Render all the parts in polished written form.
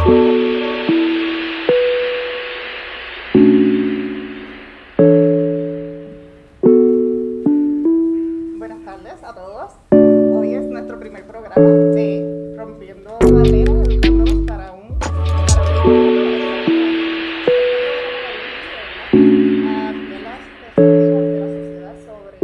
Buenas tardes a todos. Hoy es nuestro primer programa de Rompiendo Barreras, educándonos para un de las perspectivas de la sociedad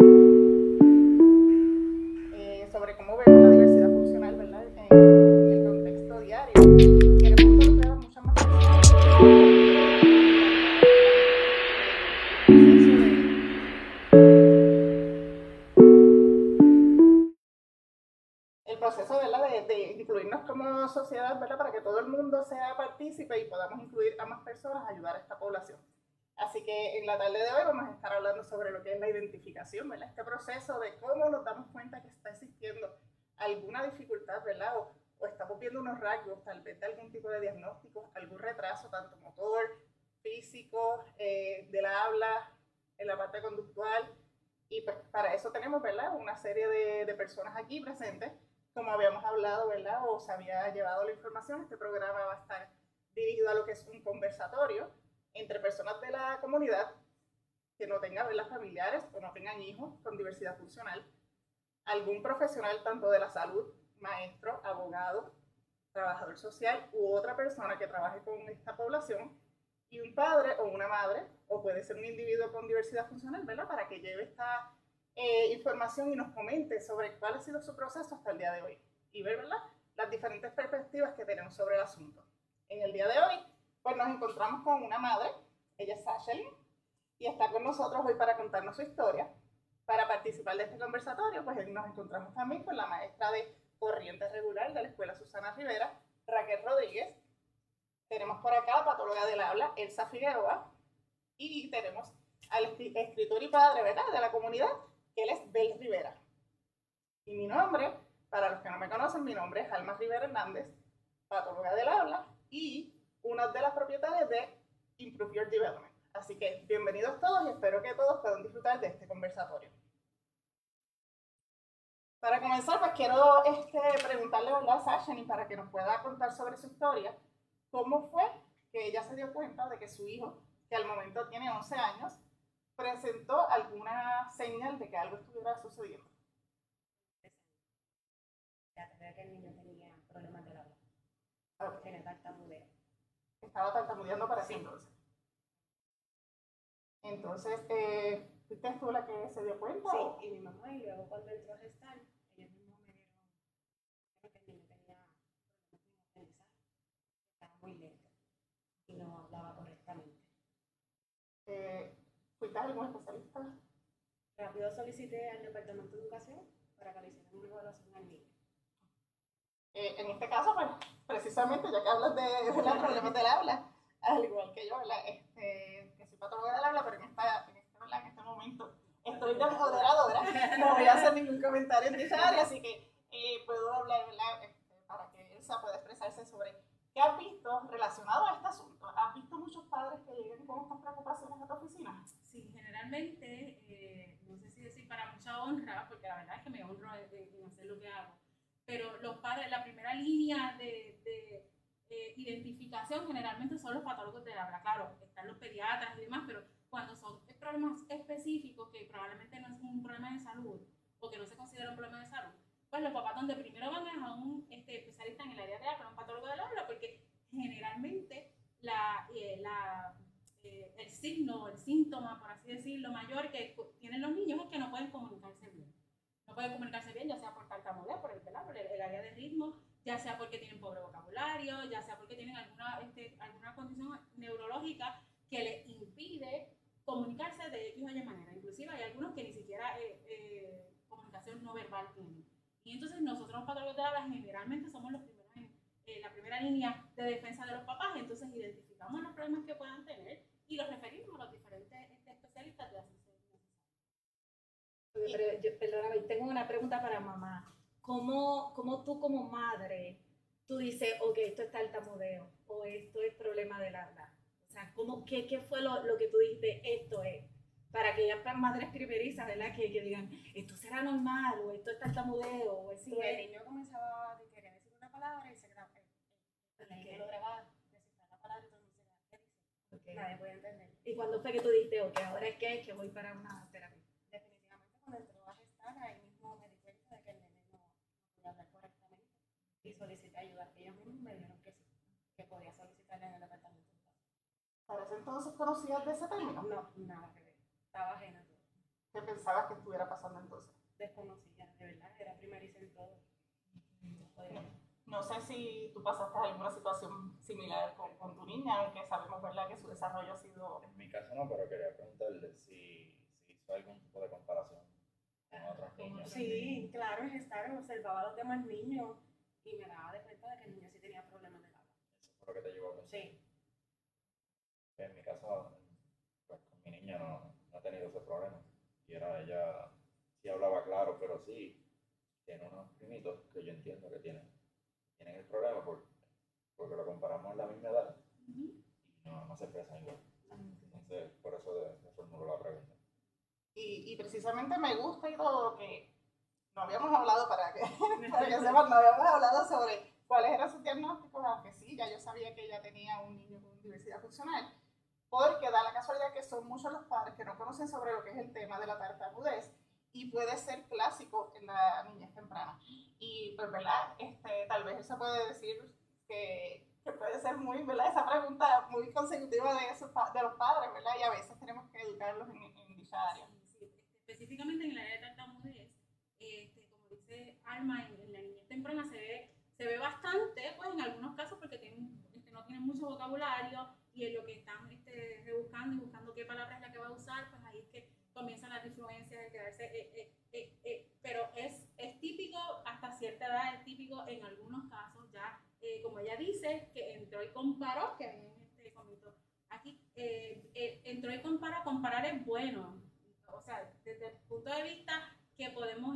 sobre cómo vemos la diversidad funcional, ¿verdad? En el contexto diario. Queremos involucrar a muchas más personas. El proceso, ¿verdad? De incluirnos como sociedad, ¿verdad? Para que todo el mundo sea partícipe y podamos incluir a más personas, ayudar a esta población. Así que en la tarde de hoy vamos a estar hablando sobre lo que es la identificación, ¿verdad? Este proceso de cómo nos damos cuenta que está existiendo alguna dificultad, ¿verdad? O estamos viendo unos rasgos, tal vez de algún tipo de diagnóstico, algún retraso, tanto motor, físico, de la habla, en la parte conductual. Y pues para eso tenemos, ¿verdad? Una serie de personas aquí presentes. Como habíamos hablado, ¿verdad? O se había llevado la información, este programa va a estar dirigido a lo que es un conversatorio entre personas de la comunidad que no tengan, ¿verdad? Familiares o no tengan hijos con diversidad funcional, algún profesional tanto de la salud, maestro, abogado, trabajador social u otra persona que trabaje con esta población, y un padre o una madre, o puede ser un individuo con diversidad funcional, ¿verdad? Para que lleve esta información y nos comente sobre cuál ha sido su proceso hasta el día de hoy y ver, ¿verdad?, las diferentes perspectivas que tenemos sobre el asunto. En el día de hoy, pues nos encontramos con una madre, ella es Sashelin, y está con nosotros hoy para contarnos su historia. Para participar de este conversatorio, pues nos encontramos también con la maestra de corriente regular de la Escuela Susana Rivera, Raquel Rodríguez. Tenemos por acá, patóloga del habla, Elsa Figueroa, y tenemos al escritor y padre, ¿verdad?, de la comunidad, que él es Bel Rivera. Y mi nombre, para los que no me conocen, mi nombre es Alma Rivera Hernández, patóloga del habla y una de las propietarias de Improve Your Development. Así que bienvenidos todos y espero que todos puedan disfrutar de este conversatorio. Para comenzar, pues quiero preguntarle, ¿verdad?, a Sashelin, para que nos pueda contar sobre su historia, cómo fue que ella se dio cuenta de que su hijo, que al momento tiene 11 años, presentó alguna señal de que algo estuviera sucediendo. Ya sabía que el niño tenía problemas del habla. Okay. Tenía tartamudeo. Estaba tartamudeando para ese Sí. entonces. Entonces, ¿fuiste tú la que se dio cuenta? Sí, ¿o? y mi mamá, y luego cuando entró a gestar, ellos mismos me dieron que el niño tenía problemas de aprendizaje. Estaba muy lento y no hablaba correctamente. ¿Fuiste a algún especialista? Rápido solicité al Departamento de Educación para que le hicieran una evaluación al niño. En este caso, pues, precisamente, ya que hablas de los problemas del habla, al igual que yo, ¿verdad? Que soy patóloga del habla, pero en este momento estoy de moderadora, no voy a hacer ningún comentario en dicha área, así que puedo hablar, ¿verdad?, para que Elsa pueda expresarse sobre qué has visto relacionado a este asunto. ¿Has visto muchos padres que lleguen con estas preocupaciones a tu oficina? Sí, generalmente, no sé si decir para mucha honra, porque la verdad es que me honro en hacer lo que hago, pero los padres, la primera línea de identificación generalmente son los patólogos del habla. Claro, están los pediatras y demás, pero cuando son problemas específicos que probablemente no es un problema de salud o que no se considera un problema de salud, pues los papás donde primero van es a un especialista en el área de habla, un patólogo del habla, porque generalmente el signo, el síntoma, por así decirlo, mayor que tienen los niños es que no pueden comunicarse bien. No pueden comunicarse bien, ya sea por tartamudeo, por el área de ritmo, ya sea porque tienen pobre vocabulario, ya sea porque tienen alguna condición neurológica que les impide comunicarse de X o Y manera. Inclusive hay algunos que ni siquiera comunicación no verbal tienen. Y entonces nosotros los patólogos de habla generalmente somos los primeros en la primera línea de defensa de los papás, entonces identificamos los problemas que puedan tener y los referimos a los diferentes especialistas de asistencia. Perdóname, tengo una pregunta para mamá. ¿Cómo tú como madre, tú dices, ok, esto es tartamudeo o esto es problema del habla? O sea, ¿qué fue lo que tú dijiste, esto es? Para que ellas madres primerizas, ¿verdad? Que digan, esto será normal o esto es tartamudeo o esto Sí, es... el niño comenzaba a querer decir una palabra y se grababa. El niño lo grababa. Nadie puede entender. ¿Y cuándo fue que tú dijiste, ok, ahora es que voy para una terapia? Definitivamente cuando entró a gestar, ahí mismo me di cuenta de que el nene no podía hablar correctamente y solicité ayuda. Ellos mismos me dijeron que sí, que podía solicitarle en el departamento. ¿Para ese entonces conocías de ese término? No, nada que ver. Estaba ajena a todo. ¿Qué pensabas que estuviera pasando entonces? Desconocía, de verdad, era primeriza en todo. No sé si tú pasaste alguna situación similar con tu niña, aunque sabemos, ¿verdad?, que su desarrollo ha sido... En mi caso no, pero quería preguntarle si hizo algún tipo de comparación con otros niños. Sí, claro, en gestar observaba a los demás niños y me daba de cuenta de que el niño sí tenía problemas del habla. Eso fue lo que te llevó a pensar. Sí. En mi caso, pues con mi niña no he tenido ese problema. Y ella sí hablaba claro, pero sí tiene unos primitos que yo entiendo que tienen el problema porque lo comparamos en la misma edad y no se expresan igual. Entonces, por eso me formuló la pregunta. Y precisamente me gusta y todo que no habíamos hablado, para que sepan, no habíamos hablado sobre cuáles eran sus diagnósticos, aunque sí, ya yo sabía que ella tenía un niño con diversidad funcional, porque da la casualidad que son muchos los padres que no conocen sobre lo que es el tema de la tartamudez y puede ser clásico en la niñez temprana. Y pues, ¿verdad? Tal vez eso puede decir que puede ser muy, ¿verdad?, esa pregunta muy consecutiva de los padres, ¿verdad? Y a veces tenemos que educarlos en dicha área. Sí, específicamente en el área de tartamudez, como dice Alma, en la niñez temprana se ve bastante, pues en algunos casos porque no tienen mucho vocabulario y en lo que están rebuscando y buscando qué palabra es la que va a usar, pues ahí es que comienzan las disfluencias de quedarse, pero es típico hasta cierta edad, es típico en algunos casos ya, como ella dice, que entró y comparó, que a mí comentó aquí, entró y comparó, comparar es bueno, o sea, desde el punto de vista que podemos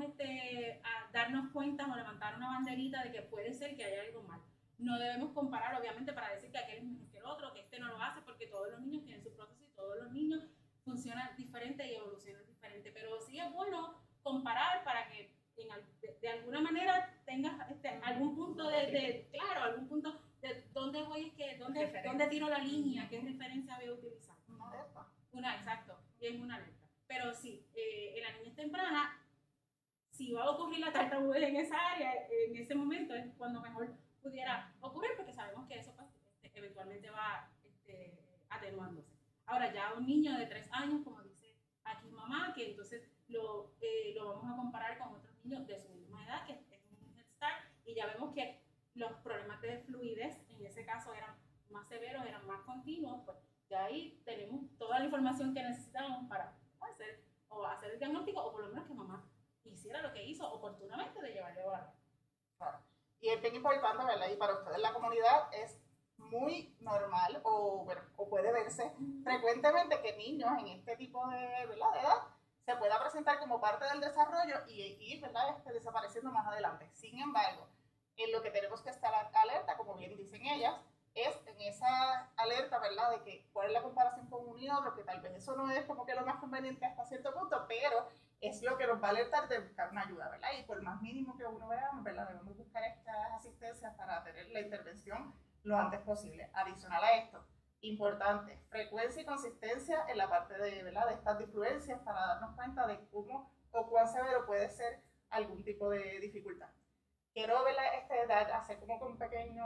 darnos cuenta o levantar una banderita de que puede ser que haya algo mal. No debemos comparar, obviamente, para decir que aquel es mejor que el otro, que este no lo hace, porque todos los niños tienen su proceso y todos los niños funcionan diferente y evolucionan diferente. Pero sí es bueno comparar para que de alguna manera tengas algún punto algún punto de dónde voy, dónde tiro la línea, qué referencia voy a utilizar. Una alerta. Exacto, y es una alerta. Pero sí, en la niñez temprana, si va a ocurrir la tartamudez en esa área, en ese momento es cuando mejor pudiera ocurrir, porque sabemos que eso pues, eventualmente va atenuándose. Ahora, ya un niño de 3 años, como dice aquí mamá, que entonces lo vamos a comparar con otros niños de su misma edad, que es un Head Start, y ya vemos que los problemas de fluidez en ese caso eran más severos, eran más continuos, pues ya ahí tenemos toda la información que necesitamos para hacer el diagnóstico, o por lo menos que mamá hiciera lo que hizo oportunamente de llevarlo a la. Claro. Y es bien importante, ¿verdad? Y para ustedes la comunidad es muy normal o puede verse frecuentemente que niños en este tipo de, ¿verdad?, de edad se pueda presentar como parte del desarrollo y ¿verdad?, desapareciendo más adelante. Sin embargo, en lo que tenemos que estar alerta, como bien dicen ellas, es en esa alerta, ¿verdad?, de que cuál es la comparación con un y otro, que tal vez eso no es como que lo más conveniente hasta cierto punto, pero es lo que nos va a alertar de buscar una ayuda, ¿verdad? Y por más mínimo que uno vea, ¿verdad?, debemos buscar estas asistencias para tener la intervención lo antes posible. Adicional a esto, importante, frecuencia y consistencia en la parte de, ¿verdad?, de estas disfluencias para darnos cuenta de cómo o cuán severo puede ser algún tipo de dificultad. Quiero, ¿verdad?, hacer como que un pequeño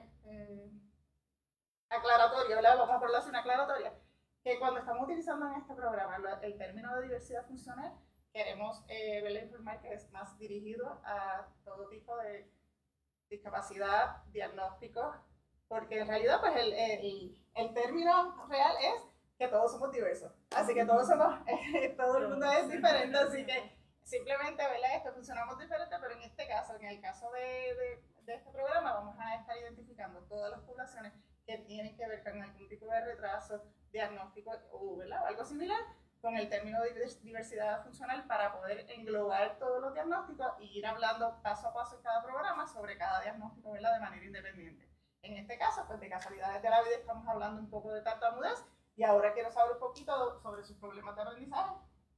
aclaratorio, ¿verdad? Vamos a ponerlo así, una aclaratoria, que cuando estamos utilizando en este programa el término de diversidad funcional, queremos informar que es más dirigido a todo tipo de discapacidad, diagnósticos, porque en realidad pues el término real es que todos somos diversos, así que todos somos, todo el mundo es diferente, así que simplemente, ¿verdad?, funcionamos diferente, pero en este caso, en el caso de este programa, vamos a estar identificando todas las poblaciones que tienen que ver con algún tipo de retraso diagnóstico o, ¿verdad?, algo similar, con el término de diversidad funcional para poder englobar todos los diagnósticos y ir hablando paso a paso en cada programa sobre cada diagnóstico, ¿verdad?, de manera independiente. En este caso, pues de casualidades de la vida estamos hablando un poco de tartamudez y ahora quiero saber un poquito sobre sus problemas de aprendizaje.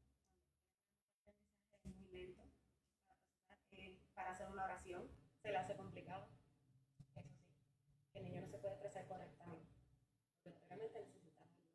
Es muy lento. Para hacer una oración se le hace complicado. Eso sí, el niño no se puede expresar correctamente. Verdaderamente necesitamos ayuda.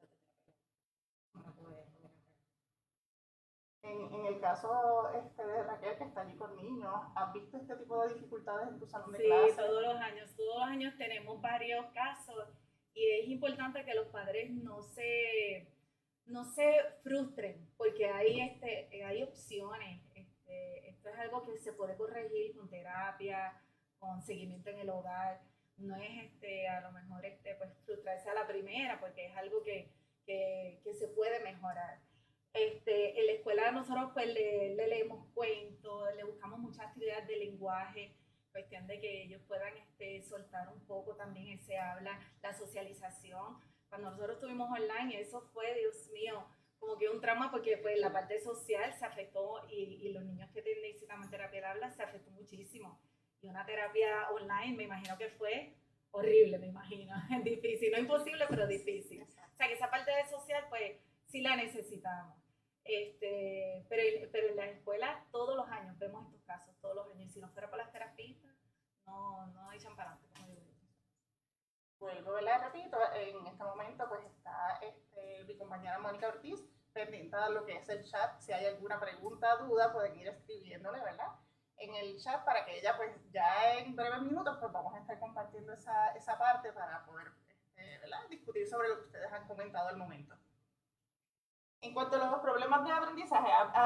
caso de Raquel, que está allí con niños, ¿has visto este tipo de dificultades en tu salón de Sí, clase? todos los años tenemos varios casos y es importante que los padres no se frustren porque hay opciones. Esto es algo que se puede corregir con terapia, con seguimiento en el hogar. No es a lo mejor pues frustrarse a la primera porque es algo que se puede mejorar. En la escuela nosotros pues le leemos cuentos, le buscamos muchas actividades de lenguaje, cuestión de que ellos puedan soltar un poco también ese habla, la socialización. Cuando nosotros estuvimos online, eso fue, Dios mío, como que un trauma porque pues la parte social se afectó y los niños que necesitan terapia del habla se afectó muchísimo. Y una terapia online me imagino que fue horrible, me imagino, difícil, no imposible, pero difícil. O sea que esa parte de social pues sí la necesitamos. Pero en la escuela todos los años vemos estos casos, todos los años. Y si no fuera por las terapistas, no echan para adelante, como digo yo. Vuelvo, ¿verdad? Repito, en este momento pues está mi compañera Mónica Ortiz pendiente de lo que es el chat. Si hay alguna pregunta, duda, pueden ir escribiéndole, ¿verdad? En el chat para que ella pues ya en breves minutos pues vamos a estar compartiendo esa parte para poder ¿verdad? Discutir sobre lo que ustedes han comentado al momento. En cuanto a los problemas de aprendizaje,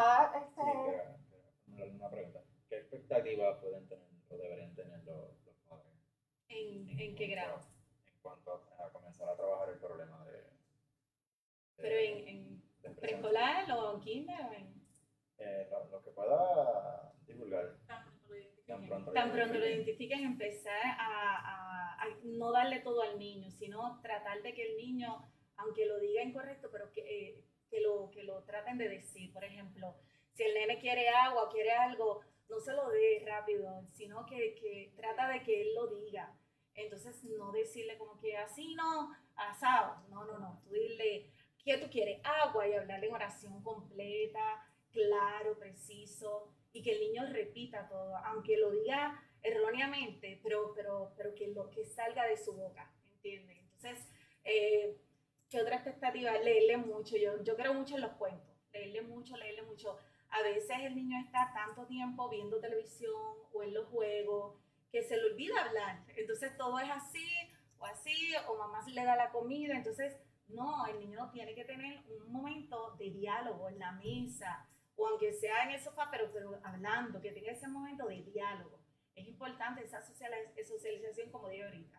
una pregunta. ¿Qué expectativas pueden tener o deberían tener los padres? ¿En qué grado? En cuanto a comenzar a trabajar el problema de ¿Pero en preescolar o en kinder o en...? Lo que pueda divulgar. Tan pronto lo identifiquen, empezar a no darle todo al niño, sino tratar de que el niño, aunque lo diga incorrecto, pero que lo traten de decir. Por ejemplo, si el nene quiere agua, quiere algo, no se lo dé rápido, sino que trata de que él lo diga. Entonces, no decirle como que así no, asado. No. Tú dile, ¿qué tú quieres? Agua, y hablarle en oración completa, claro, preciso, y que el niño repita todo, aunque lo diga erróneamente, pero que salga de su boca, ¿entiendes? Entonces, ¿qué otra expectativa? Leerle mucho. Yo creo mucho en los cuentos. Leerle mucho. A veces el niño está tanto tiempo viendo televisión o en los juegos que se le olvida hablar. Entonces todo es así, o mamá le da la comida. Entonces, no, el niño tiene que tener un momento de diálogo en la mesa, o aunque sea en el sofá, pero hablando, que tenga ese momento de diálogo. Es importante esa socialización, como dije ahorita.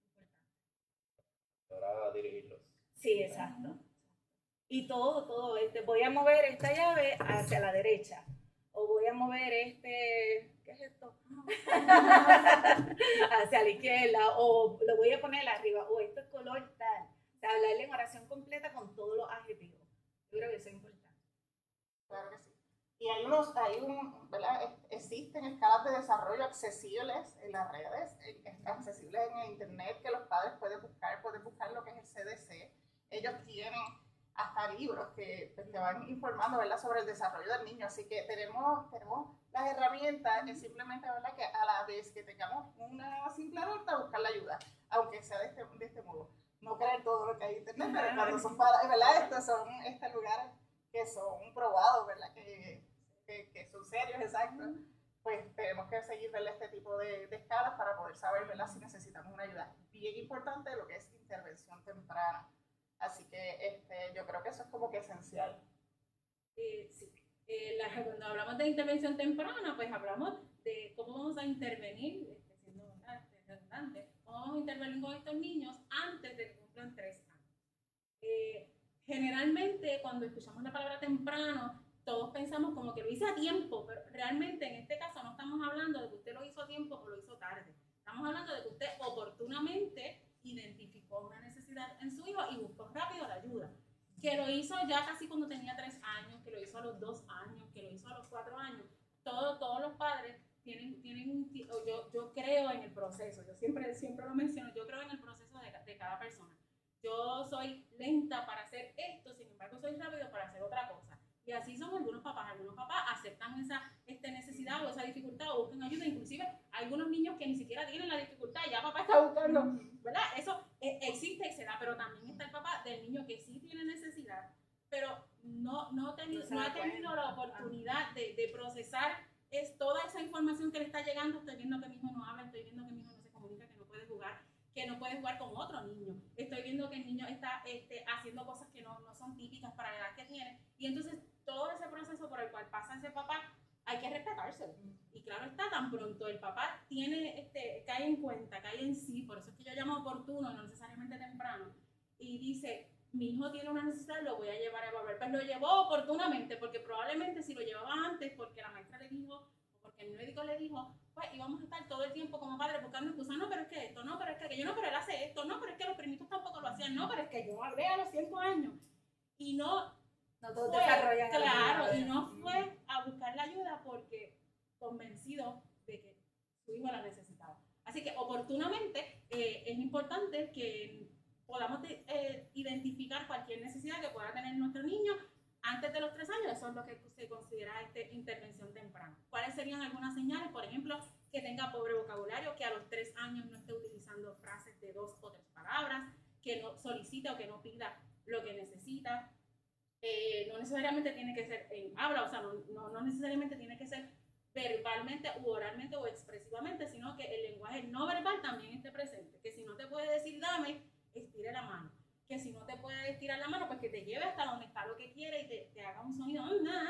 Para dirigirlos. Sí, exacto. Y todo, voy a mover esta llave hacia la derecha, o voy a mover ¿qué es esto? hacia la izquierda, o lo voy a poner arriba, o esto es color tal. O sea, hablarle en oración completa con todos los adjetivos. Yo creo que eso es importante. Claro que sí. Y ¿verdad? Existen escalas de desarrollo accesibles en las redes, accesibles en el internet, que los padres pueden buscar lo que es el CDC. Ellos tienen hasta libros que te van informando, ¿verdad?, sobre el desarrollo del niño. Así que tenemos las herramientas, es simplemente, ¿verdad?, que a la vez que tengamos una simple alerta, buscar la ayuda, aunque sea de este modo. No creer todo lo que hay en internet, pero cuando son ¿verdad? Estos son lugares que son probados, ¿verdad?, que son serios, exacto. Pues tenemos que seguir, ¿verdad?, este tipo de escalas para poder saber, ¿verdad?, si necesitamos una ayuda. Bien importante lo que es intervención temprana. Así que yo creo que eso es como que esencial. Sí. Cuando hablamos de intervención temprana, pues hablamos de cómo vamos a intervenir, siendo redundante, cómo vamos a intervenir con estos niños antes de que cumplan 3 años. Generalmente, cuando escuchamos la palabra temprano, todos pensamos como que lo hice a tiempo, pero realmente en este caso no estamos hablando de que usted lo hizo a tiempo o lo hizo tarde. Estamos hablando de que usted oportunamente identificó una necesidad en su hijo y buscó rápido la ayuda. Que lo hizo ya casi cuando tenía 3 años, que lo hizo a los 2 años, que lo hizo a los 4 años. Todos los padres tienen yo creo en el proceso, yo siempre lo menciono, yo creo en el proceso de cada persona. Yo soy lenta para hacer esto, sin embargo soy rápido para hacer otra cosa. Y así son algunos papás aceptan esa necesidad o esa dificultad o buscan ayuda, inclusive algunos niños que ni siquiera tienen la dificultad, ya papá está buscando, ¿verdad? Eso existe y se da, pero también está el papá del niño que sí tiene necesidad, pero no no ha tenido la oportunidad de procesar toda esa información que le está llegando. Estoy viendo que mi hijo no habla, estoy viendo que mi hijo no se comunica, que no puede jugar con otro niño. Estoy viendo que el niño está haciendo cosas que no son típicas para la edad que tiene. Y entonces todo ese proceso por el cual pasa ese papá, hay que respetárselo. Y claro está, tan pronto el papá cae en cuenta, cae en sí, por eso es que yo llamo oportuno, no necesariamente temprano, y dice, mi hijo tiene una necesidad, lo voy a llevar a evaluar. Pues lo llevó oportunamente, porque probablemente si lo llevaba antes, porque la maestra le dijo, o porque el médico le dijo, pues íbamos a estar todo el tiempo como padres buscando excusas, no, pero es que esto, no, pero es que aquello, no, pero él hace esto, no, pero es que los primitos tampoco lo hacían, no, pero es que yo hablé a los 5 años. Y no todos fue, desarrollan claro, y no fue a buscar la ayuda porque convencido de que su hijo la necesitaba. Así que oportunamente es importante que podamos identificar cualquier necesidad que pueda tener nuestro niño antes de los 3 años. Eso es lo que se considera intervención temprana. ¿Cuáles serían algunas señales? Por ejemplo, que tenga pobre vocabulario, que a los 3 años no esté utilizando frases de 2 o 3 palabras, que no solicite o que no pida lo que necesita. No necesariamente tiene que ser en habla, o sea, no necesariamente tiene que ser verbalmente u oralmente o expresivamente, sino que el lenguaje no verbal también esté presente. Que si no te puede decir dame, estire la mano. Que si no te puede estirar la mano, pues que te lleve hasta donde está lo que quiere y te haga un sonido.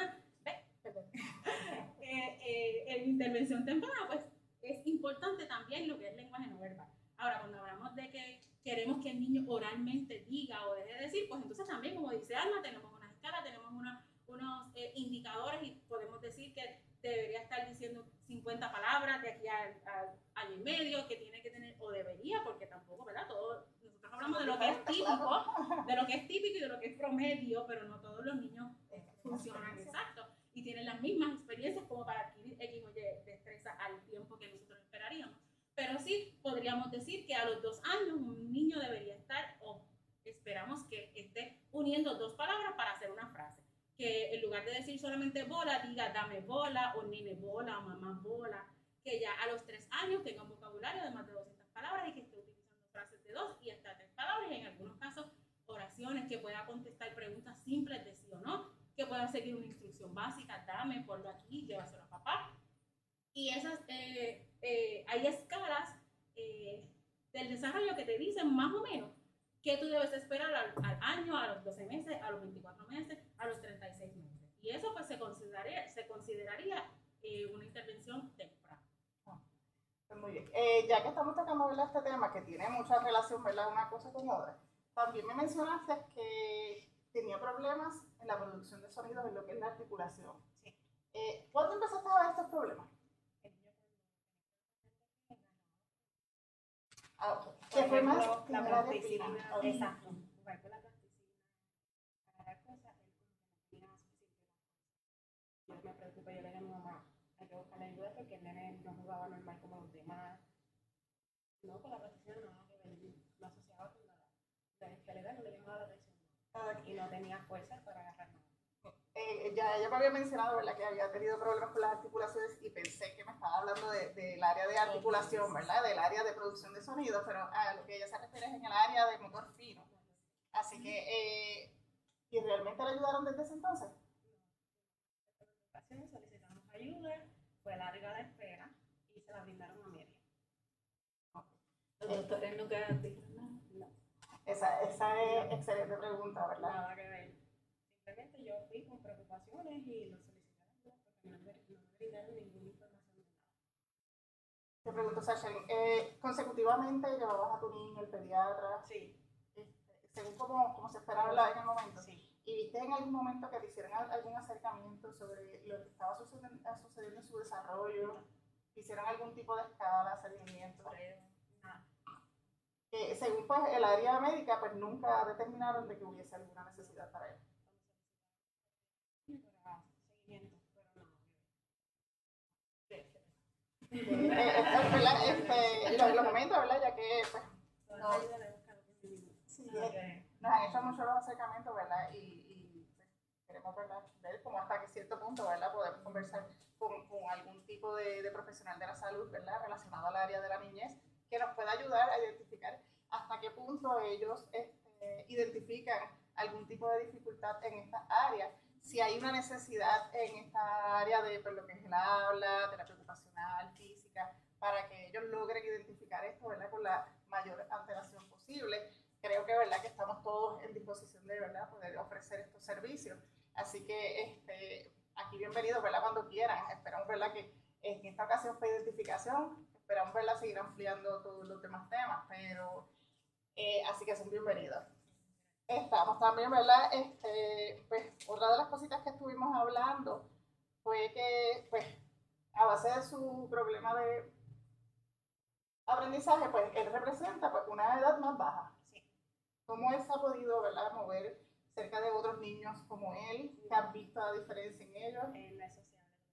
En intervención temprana, pues es importante también lo que es lenguaje no verbal. Ahora, cuando hablamos de que queremos que el niño oralmente diga o deje de decir, pues entonces también, como dice Alma, tenemos una escala, tenemos unos indicadores y podemos decir que debería estar diciendo 50 palabras de aquí al año y medio, que tiene que tener, o debería, porque tampoco, ¿verdad? Nosotros hablamos de lo que es típico, de lo que es típico y de lo que es promedio, pero no todos los niños funcionan exacto y tienen las mismas experiencias como para adquirir X o Y destreza al tiempo que nosotros esperaríamos. Pero sí podríamos decir que a los 2 años un niño debería estar, o esperamos que esté uniendo 2 palabras para hacer una frase. Que en lugar de decir solamente bola, diga dame bola, o nene bola, o mamá bola. Que ya a los 3 años tenga un vocabulario de más de 200 palabras y que esté utilizando frases de 2 y hasta 3 palabras, y en algunos casos oraciones, que pueda contestar preguntas simples de sí o no, que pueda seguir una instrucción básica, dame, ponlo aquí, llévaselo a papá. Y hay escalas del desarrollo que te dicen más o menos qué tú debes esperar al año, a los 12 meses, a los 24 meses, a los 36 meses. Y eso pues se consideraría una intervención temprana. Pues muy bien. Ya que estamos tocando, ¿verdad?, este tema que tiene mucha relación, ¿verdad?, una cosa con otra, también me mencionaste que tenía problemas en la producción de sonidos en lo que es la articulación. Sí. ¿Cuándo empezaste a ver estos problemas? ¿Qué fue más? La plasticina. Okay. Exacto. Jugar con la plasticina, para cosas, él como que no tenía suficiente. Yo me preocupé, yo le dije a mi mamá, hay que buscarle ayuda porque el nene no jugaba normal como los demás. No, con la plasticina nada que ver, no asociaba con nada. La escalera no le llamaba la atención. Y no tenía fuerza para agarrar nada. Ya ella me había mencionado, ¿verdad?, que había tenido problemas con las articulaciones y pensé que me estaba hablando del área de articulación, ¿verdad?, del área de producción de sonidos, pero a lo que ella se refiere es en el área de motor fino. Así que, ¿y realmente le ayudaron desde ese entonces? Solicitamos ayuda, fue larga la espera y se la brindaron a Miriam. Los doctores nunca dijeron nada. No, Esa es excelente pregunta, ¿verdad? nada que ver. Simplemente yo fui con preocupaciones y lo solicité ayuda porque no me brindaron ninguna información de nada. Te pregunto, Sasha, consecutivamente llevabas a tu niño al pediatra, Sí. según como se esperaba en el momento. Sí. ¿Y viste en algún momento que te hicieran algún acercamiento sobre lo que estaba sucediendo en su desarrollo? ¿Hicieron algún tipo de escala, seguimiento? Nada. Según pues, el área médica, pues nunca determinaron de que hubiese alguna necesidad para él. Para seguimiento, pero no. Los momentos, ¿verdad? Ya que pues, Toda ayuda le buscamos con mi niño. sí, nos han hecho muchos los acercamientos, ¿verdad? Y pues, queremos, ¿verdad?, ver cómo hasta que cierto punto, ¿verdad?, podemos conversar con algún tipo de profesional de la salud, ¿verdad?, relacionado al área de la niñez, que nos pueda ayudar a identificar hasta qué punto ellos identifican algún tipo de dificultad en esta área, si hay una necesidad en esta área de pues, lo que es el habla, terapia ocupacional, física, para que ellos logren identificar esto, ¿verdad? Con la mayor antelación posible. Creo que, ¿verdad? Que estamos todos en disposición de, ¿verdad? Poder ofrecer estos servicios. Así que aquí bienvenidos, ¿verdad? Cuando quieran. Esperamos, ¿verdad? Que en esta ocasión fue identificación. Esperamos, ¿verdad? Seguir ampliando todos los demás temas, pero así que son bienvenidos. Estamos también, ¿verdad? Pues otra de las cositas que estuvimos hablando fue que, pues, a base de su problema de aprendizaje, pues él representa pues, una edad más baja. Sí. ¿Cómo él se ha podido, ¿verdad? Mover cerca de otros niños como él? ¿Qué has visto la diferencia en ellos? No es sociable.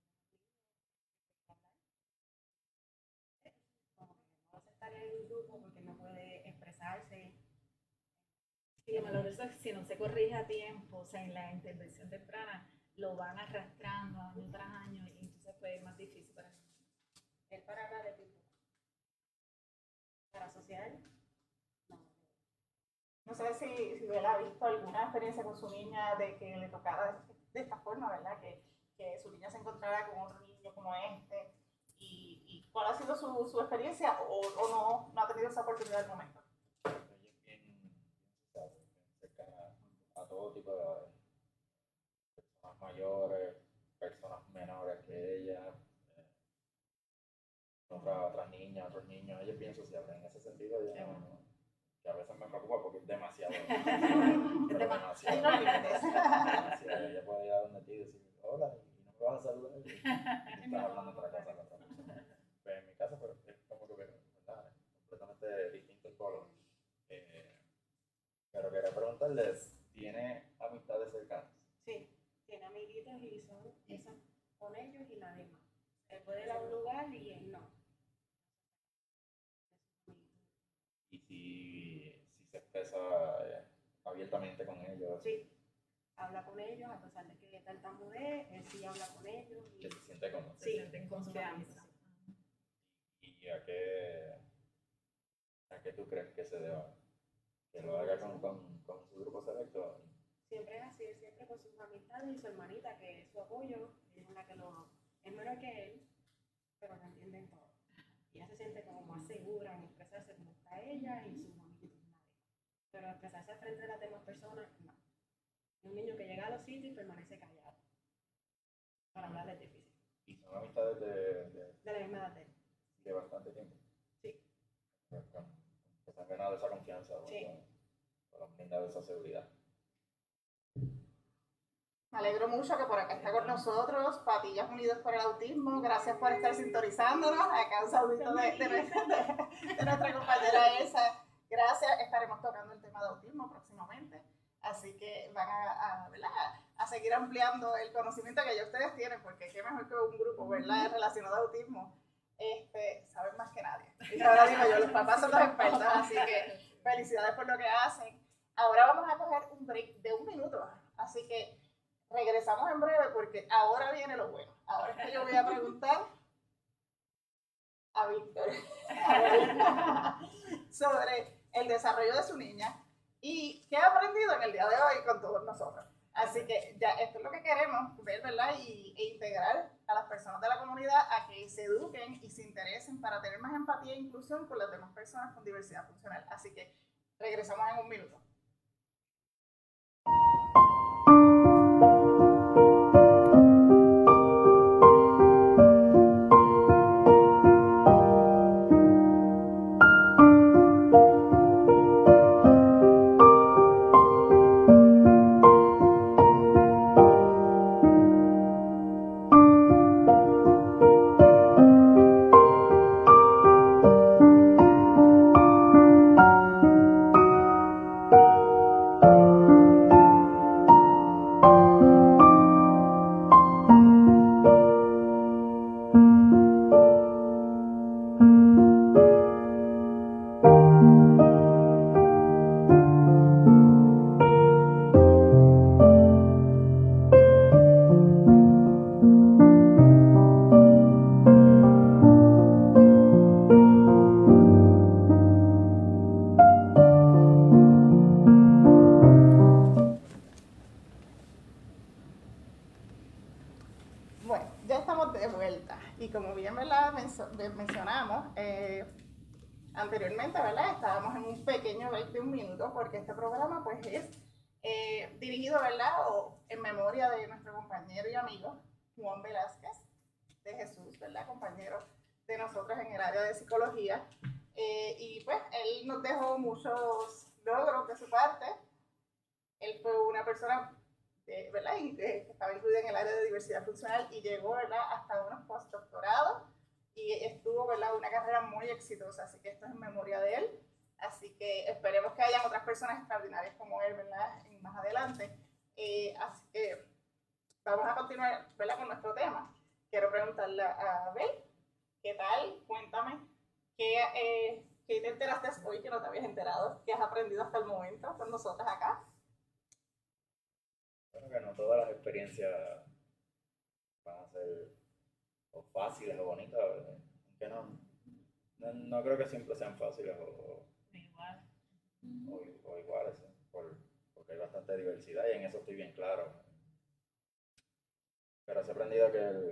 Como que no va a estar en un grupo porque no puede expresarse. Y lo malo de eso es que si no se corrige a tiempo, o sea, en la intervención temprana, lo van arrastrando año tras año y entonces pues es más difícil para mí. Él para hablar de tipo. Para social, no. No sé si él ha visto alguna experiencia con su niña de que le tocara de esta forma, ¿verdad? Que su niña se encontrara con otro niño como este. ¿Y cuál ha sido su experiencia o no ha tenido esa oportunidad al momento? Cercana a todo tipo de edades, personas mayores, personas menores que ella, otras niñas, otros niños. Ella es bien sociable en ese sentido. Ella que a veces me preocupa porque es demasiado. Pero demasiado. Ella puede ir a donde ti y decir hola y no me vas a saludar y estás hablando otra cosa con otra persona. Pues en mi caso, pero es como que ¿verdad? Completamente distinto el polo. Pero quería preguntarles, ¿tiene amistades cercanas? Sí, tiene amiguitos y son con ellos y nadie más. Él puede ir a un lugar y él no. Y si se expresa abiertamente con ellos, Sí, habla con ellos a pesar de que tartamudee, él sí habla con ellos. que se siente cómodo. Se sienten confianza. ¿Y a qué tú crees que se deba? Que lo haga con su grupo selecto. Siempre es así, siempre con sus amistades y su hermanita, que es su apoyo, es la que es menor que él, pero lo entienden todo. Y ella se siente como más segura en expresarse como está ella y sus amiguitos nadie. Pero expresarse frente a las demás personas, no. Es un niño que llega a los sitios y permanece callado. Para hablar es difícil. Y son amistades De la misma edad de él. de bastante tiempo. Sí. Que se han ganado esa confianza, Sí. Con han brindado esa seguridad. Me alegro mucho que por acá está con nosotros Patillas Unidos por el Autismo. Gracias por estar sintonizándonos. Acá un saludito de nuestra compañera Elsa. Gracias. Estaremos tocando el tema de autismo próximamente. Así que van a seguir ampliando el conocimiento que ya ustedes tienen, porque qué mejor que un grupo, ¿verdad?, relacionado a autismo. Saben más que nadie. Y ahora digo yo, los papás son los expertos, así que felicidades por lo que hacen. Ahora vamos a coger un break de 1 minuto. Así que regresamos en breve porque ahora viene lo bueno. Ahora es que yo voy a preguntar a Víctor sobre el desarrollo de su niña y qué ha aprendido en el día de hoy con todos nosotros. Así que ya esto es lo que queremos ver, ¿verdad? E integrar a las personas de la comunidad a que se eduquen y se interesen para tener más empatía e inclusión con las demás personas con diversidad funcional. Así que regresamos en 1 minuto. anteriormente, ¿verdad? Estábamos en un pequeño break de 1 minuto porque este programa pues es dirigido, ¿verdad? O en memoria de nuestro compañero y amigo Juan Velázquez de Jesús, ¿verdad? Compañero de nosotros en el área de psicología. Y pues él nos dejó muchos logros de su parte. Él fue una persona, ¿verdad? Que estaba incluida en el área de diversidad funcional y llegó, ¿verdad? Hasta unos postdoctorados y estuvo, ¿verdad? Una carrera muy exitosa, así que esto es en memoria de él. Así que esperemos que hayan otras personas extraordinarias como él, ¿verdad? Más adelante. Así que vamos a continuar, ¿verdad? Con nuestro tema. Quiero preguntarle a Bel, ¿qué tal? Cuéntame, ¿qué te enteraste hoy que no te habías enterado? ¿Qué has aprendido hasta el momento con nosotras acá? Bueno, que no todas las experiencias van a ser o fáciles o bonitas, ¿verdad? Aunque no creo que siempre sean fáciles o iguales, ¿sí? Porque hay bastante diversidad y en eso estoy bien claro. Pero he aprendido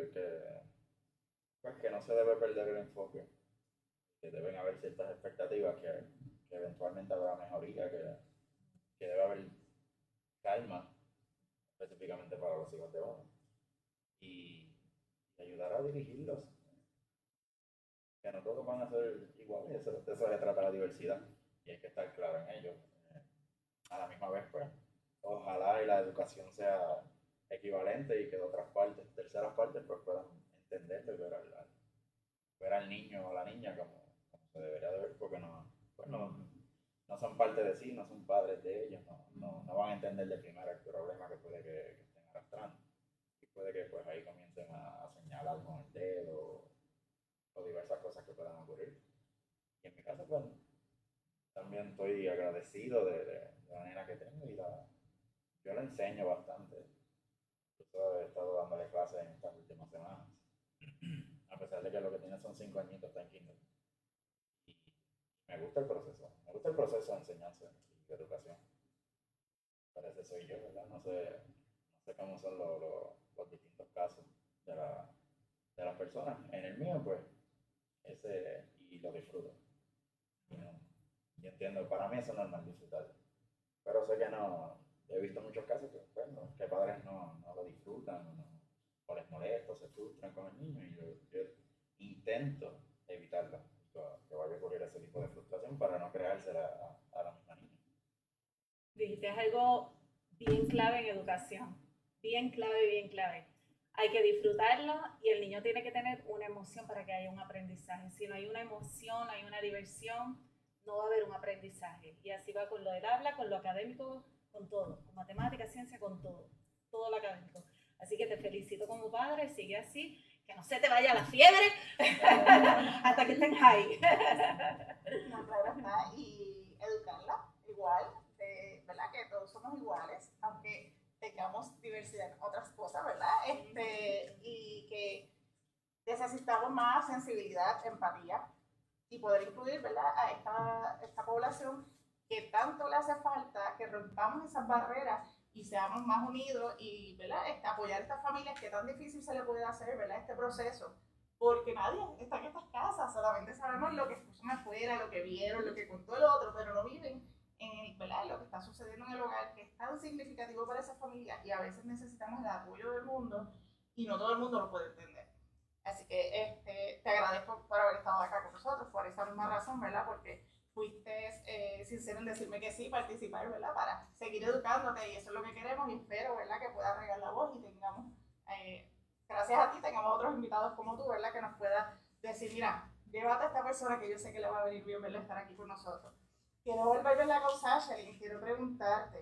pues, que no se debe perder el enfoque, que deben haber ciertas expectativas, que eventualmente habrá mejoría, que debe haber calma, específicamente para los hijos de uno, y ayudar a dirigirlos, que no todos van a ser iguales, de eso se trata la diversidad, y hay que estar claro en ello. A la misma vez, pues, ojalá y la educación sea equivalente y que de otras partes, terceras partes, pues puedan entenderlo y ver al niño o a la niña como se debería de ver, porque pues no son parte de sí, no son padres de ellos, no van a entender de primera el problema que puede que estén arrastrando. Y puede que pues ahí comiencen a señalar con el dedo o diversas cosas que puedan ocurrir. Y en mi caso, pues, también estoy agradecido de la nena que tengo y yo la enseño bastante. Yo he estado dándole clases en estas últimas semanas. A pesar de que lo que tiene son 5 añitos, está en kinder. Y me gusta el proceso de enseñanza y de educación. Parece soy yo, ¿verdad? No sé cómo son los distintos casos de las personas. En el mío, pues, y lo disfruto. Y entiendo, para mí eso es normal disfrutarlo. Pero sé que he visto muchos casos que padres no lo disfrutan o les molesta o se frustran con el niño, y yo intento evitarlo, que vaya a ocurrir ese tipo de frustración para no creársela a la misma niña. Dijiste algo bien clave en educación, bien clave. Hay que disfrutarlo y el niño tiene que tener una emoción para que haya un aprendizaje. Si no hay una emoción, no hay una diversión, no va a haber un aprendizaje. Y así va con lo del habla, con lo académico, con todo, con matemáticas, ciencia, con todo lo académico. Así que te felicito como padre, sigue así, que no se te vaya la fiebre hasta que estén high. No, claro está, y educarla igual, ¿verdad? Que todos somos iguales, aunque tengamos diversidad en otras cosas, ¿verdad? Y que necesitamos más sensibilidad, empatía y poder incluir, ¿verdad? A esta población que tanto le hace falta que rompamos esas barreras y seamos más unidos y, ¿verdad? Apoyar a estas familias que tan difícil se le puede hacer, ¿verdad? Este proceso, porque nadie está en estas casas, solamente sabemos lo que escuchan afuera, lo que vieron, lo que contó el otro, pero no viven en ¿verdad? Lo que está sucediendo en el hogar, que es tan significativo para esa familia, y a veces necesitamos el apoyo del mundo y no todo el mundo lo puede entender. Así que te agradezco por haber estado acá con nosotros, por esa misma razón, ¿verdad? Porque fuiste sincero en decirme que sí, participar, ¿verdad? Para seguir educándote, y eso es lo que queremos, y espero, ¿verdad? Que pueda regar la voz y tengamos, gracias a ti, tengamos otros invitados como tú, ¿verdad? Que nos pueda decir, mira, llévate a esta persona que yo sé que le va a venir bien, ¿verdad? Estar aquí con nosotros. Quiero volver a la con Sashalyn, quiero preguntarte,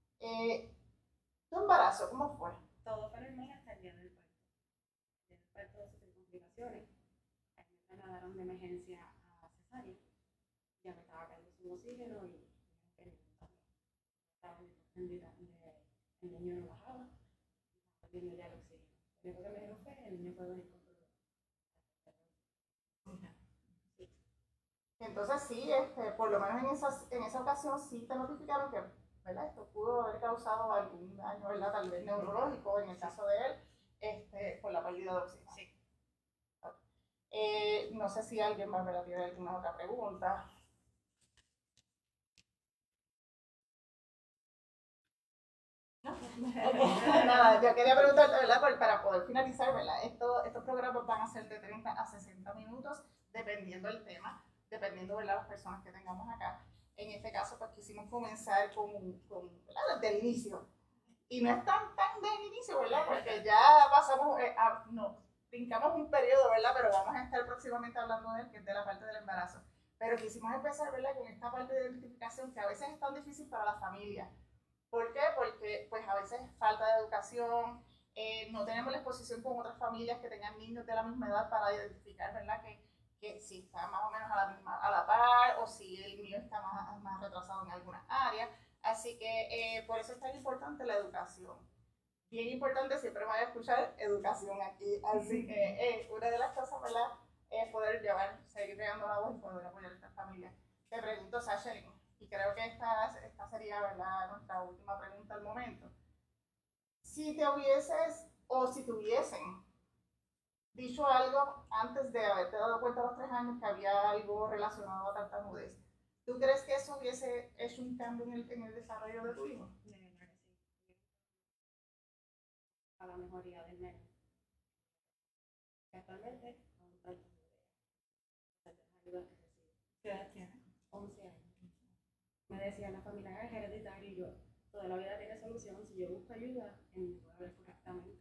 ¿tu embarazo cómo fue? Todo fue normal hasta el día del parto. El día del parto sufrí complicaciones. A mí me trasladaron de emergencia a cesárea. Ya me estaba cayendo sin oxígeno y estaba el niño no bajaba, estaba perdiendo ya el oxígeno. Lo único que me dijeron fue que el niño puede venir con dolor. Entonces sí, por lo menos en esa ocasión sí te notificaron que, ¿verdad? Esto pudo haber causado algún daño, ¿verdad? Tal vez neurológico en el caso de él, por la pérdida de oxígeno. Sí. No sé si alguien va a tiene alguna otra pregunta. Nada, yo quería preguntarte, ¿verdad? Para poder finalizar, ¿verdad? Estos programas van a ser de 30 a 60 minutos, dependiendo del tema, dependiendo, ¿verdad?, las personas que tengamos acá. En este caso, pues quisimos comenzar ¿verdad?, desde el inicio. Y no es tan del inicio, ¿verdad? Porque ya pasamos, no, brincamos un periodo, ¿verdad? Pero vamos a estar próximamente hablando de él, que es de la parte del embarazo. Pero quisimos empezar, ¿verdad?, con esta parte de identificación que a veces es tan difícil para la familia. ¿Por qué? Porque pues a veces falta de educación, no tenemos la exposición con otras familias que tengan niños de la misma edad para identificar, ¿verdad?, que si está más o menos a la par o si el mío está más retrasado en algunas áreas. Así que por eso es tan importante la educación. Bien importante, siempre voy a escuchar educación aquí. Así que una de las cosas, ¿verdad?, es poder seguir creando la voz y poder apoyar a estas familias. Te pregunto, Sashelin, y creo que esta sería, ¿verdad?, nuestra última pregunta al momento. Si te hubieses, o si te hubiesen dicho algo antes de haberte dado cuenta a los 3 años que había algo relacionado a tartamudez, ¿tú crees que eso hubiese hecho un cambio en el desarrollo de tu hijo? A la mejoría del nene. Actualmente, aún tanto ayuda que recibe. ¿Qué edad tiene? 11 años. Me decía la familia es hereditaria y yo, toda la vida tiene solución. Si yo busco ayuda, puedo hablar correctamente.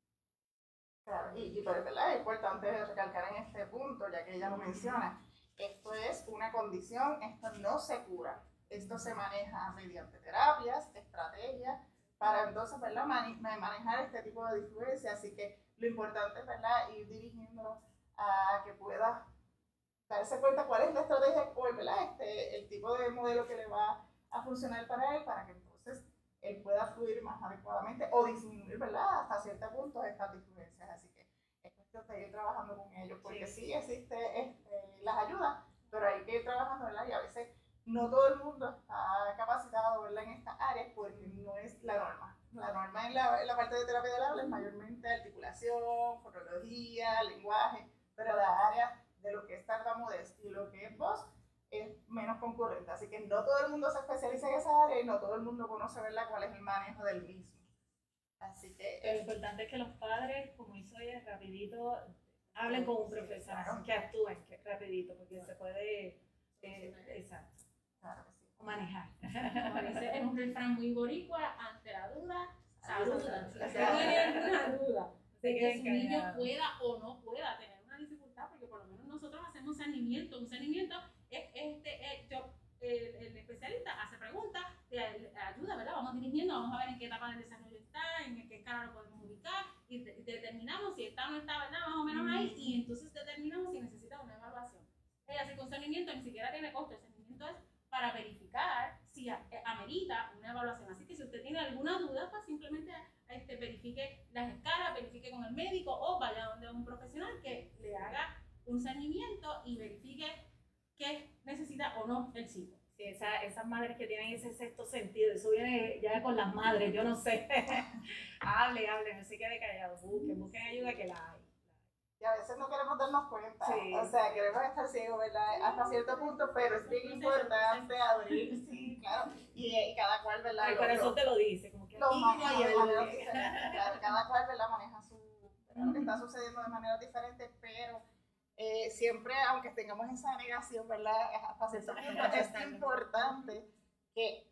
Claro, pero ¿verdad?, es importante recalcar en este punto, ya que ella lo menciona, esto es una condición, esto no se cura, esto se maneja mediante terapias, estrategias, para entonces, ¿verdad?, manejar este tipo de disfluencia. Así que lo importante es, ¿verdad?, ir dirigiéndolo a que pueda darse cuenta cuál es la estrategia o el tipo de modelo que le va a funcionar para él, para que entonces él pueda fluir más adecuadamente o disminuir, ¿verdad?, hasta cierto punto estas disfluencias. Así que es cuestión de ir trabajando con ellos, porque sí existe las ayudas, pero hay que ir trabajando, ¿verdad? Y a veces no todo el mundo está capacitado, ¿verdad?, en estas áreas, porque no es la norma. La norma en la parte de terapia del habla es mayormente articulación, fonología, lenguaje, pero la área de lo que es tartamudez y lo que es voz es menos concurrente. Así que no todo el mundo se especializa en esa área y no todo el mundo conoce, ¿verdad?, cuál es el manejo del mismo. Así que lo importante es que los padres, como hizo ella, rapidito, hablen con un profesional, que actúen rapidito, porque se puede exacto, claro que sí. manejar. Como dice, es un refrán muy boricua, ante la duda, saluda. Si Claro. tiene alguna duda de que queden su niño callados. pueda o no pueda tener una dificultad, porque por lo menos nosotros hacemos un saneamiento. Un saneamiento es el especialista hace preguntas, te ayuda, ¿verdad? Vamos dirigiendo, vamos a ver en qué etapa del desarrollo está, en qué escala lo podemos ubicar y determinamos si está o no está, ¿verdad?, más o menos ahí, y entonces determinamos si necesita una evaluación. Así que un saneamiento ni siquiera tiene costo, el saneamiento es para verificar si amerita una evaluación. Así que si usted tiene alguna duda, pues simplemente verifique las escalas, verifique con el médico o vaya donde un profesional que le haga un saneamiento y verifique qué necesita o no el chico. Sí, esas madres que tienen ese sexto sentido, eso viene ya con las madres, yo no sé. hable, no se quede callado, busquen ayuda, que la hay. Y a veces no queremos darnos cuenta, Sí. o sea, queremos estar ciegos, ¿verdad?, hasta cierto punto, pero es bien importante abrir, sí, claro, y cada cual, ¿verdad?, El corazón te lo dice, como que lo aquí maneja no hay de manera algo. diferente, claro, cada cual, ¿verdad?, maneja lo que está sucediendo de manera diferente, pero siempre, aunque tengamos esa negación, ¿verdad?, hasta cierto punto es importante que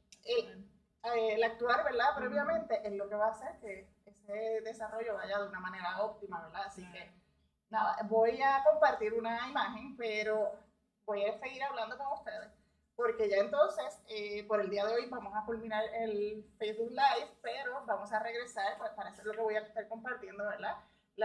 el actuar, ¿verdad?, previamente es lo que va a hacer que ese desarrollo vaya de una manera óptima, ¿verdad? Así que, nada, voy a compartir una imagen, pero voy a seguir hablando con ustedes, porque ya entonces, por el día de hoy vamos a culminar el Facebook Live, pero vamos a regresar, pues, para hacer lo que voy a estar compartiendo, ¿verdad?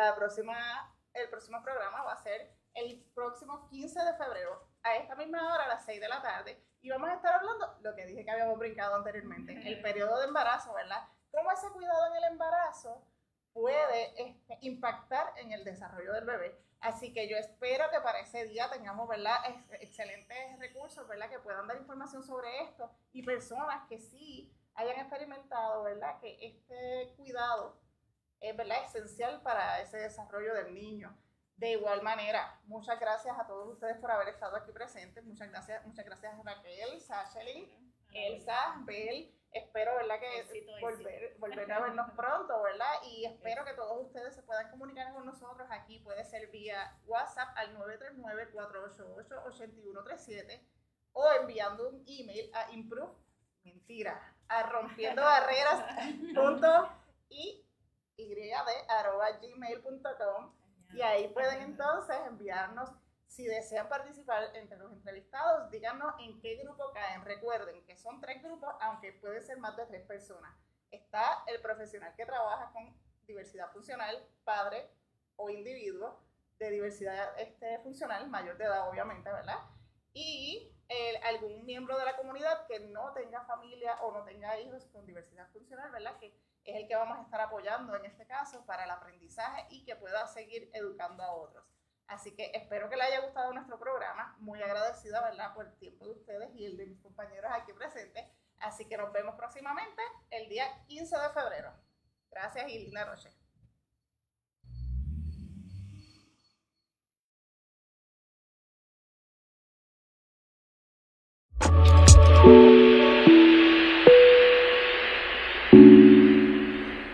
El próximo programa va a ser el próximo 15 de febrero, a esta misma hora, a las 6 de la tarde, y vamos a estar hablando lo que dije que habíamos brincado anteriormente, el periodo de embarazo, ¿verdad? Cómo ese cuidado en el embarazo puede impactar en el desarrollo del bebé. Así que yo espero que para ese día tengamos, ¿verdad?, excelentes recursos, ¿verdad?, que puedan dar información sobre esto y personas que sí hayan experimentado, ¿verdad?, que este cuidado es, ¿verdad?, esencial para ese desarrollo del niño. De igual manera, muchas gracias a todos ustedes por haber estado aquí presentes. Muchas gracias a Raquel, Sachelin, Elsa, Bel. Espero, ¿verdad?, que Éxito. volver a vernos pronto, ¿verdad? Y espero que todos ustedes se puedan comunicar con nosotros aquí. Puede ser vía WhatsApp al 939-488-8137 o enviando un email a rompiendobarreras.y@gmail.com. Y ahí pueden entonces enviarnos, si desean participar entre los entrevistados, díganos en qué grupo caen. Recuerden que son 3 grupos, aunque puede ser más de 3 personas. Está el profesional que trabaja con diversidad funcional, padre o individuo de diversidad funcional, mayor de edad obviamente, ¿verdad? Y algún miembro de la comunidad que no tenga familia o no tenga hijos con diversidad funcional, ¿verdad?, que es el que vamos a estar apoyando en este caso para el aprendizaje y que pueda seguir educando a otros. Así que espero que les haya gustado nuestro programa. Muy agradecida, ¿verdad?, por el tiempo de ustedes y el de mis compañeros aquí presentes. Así que nos vemos próximamente el día 15 de febrero. Gracias y linda noche.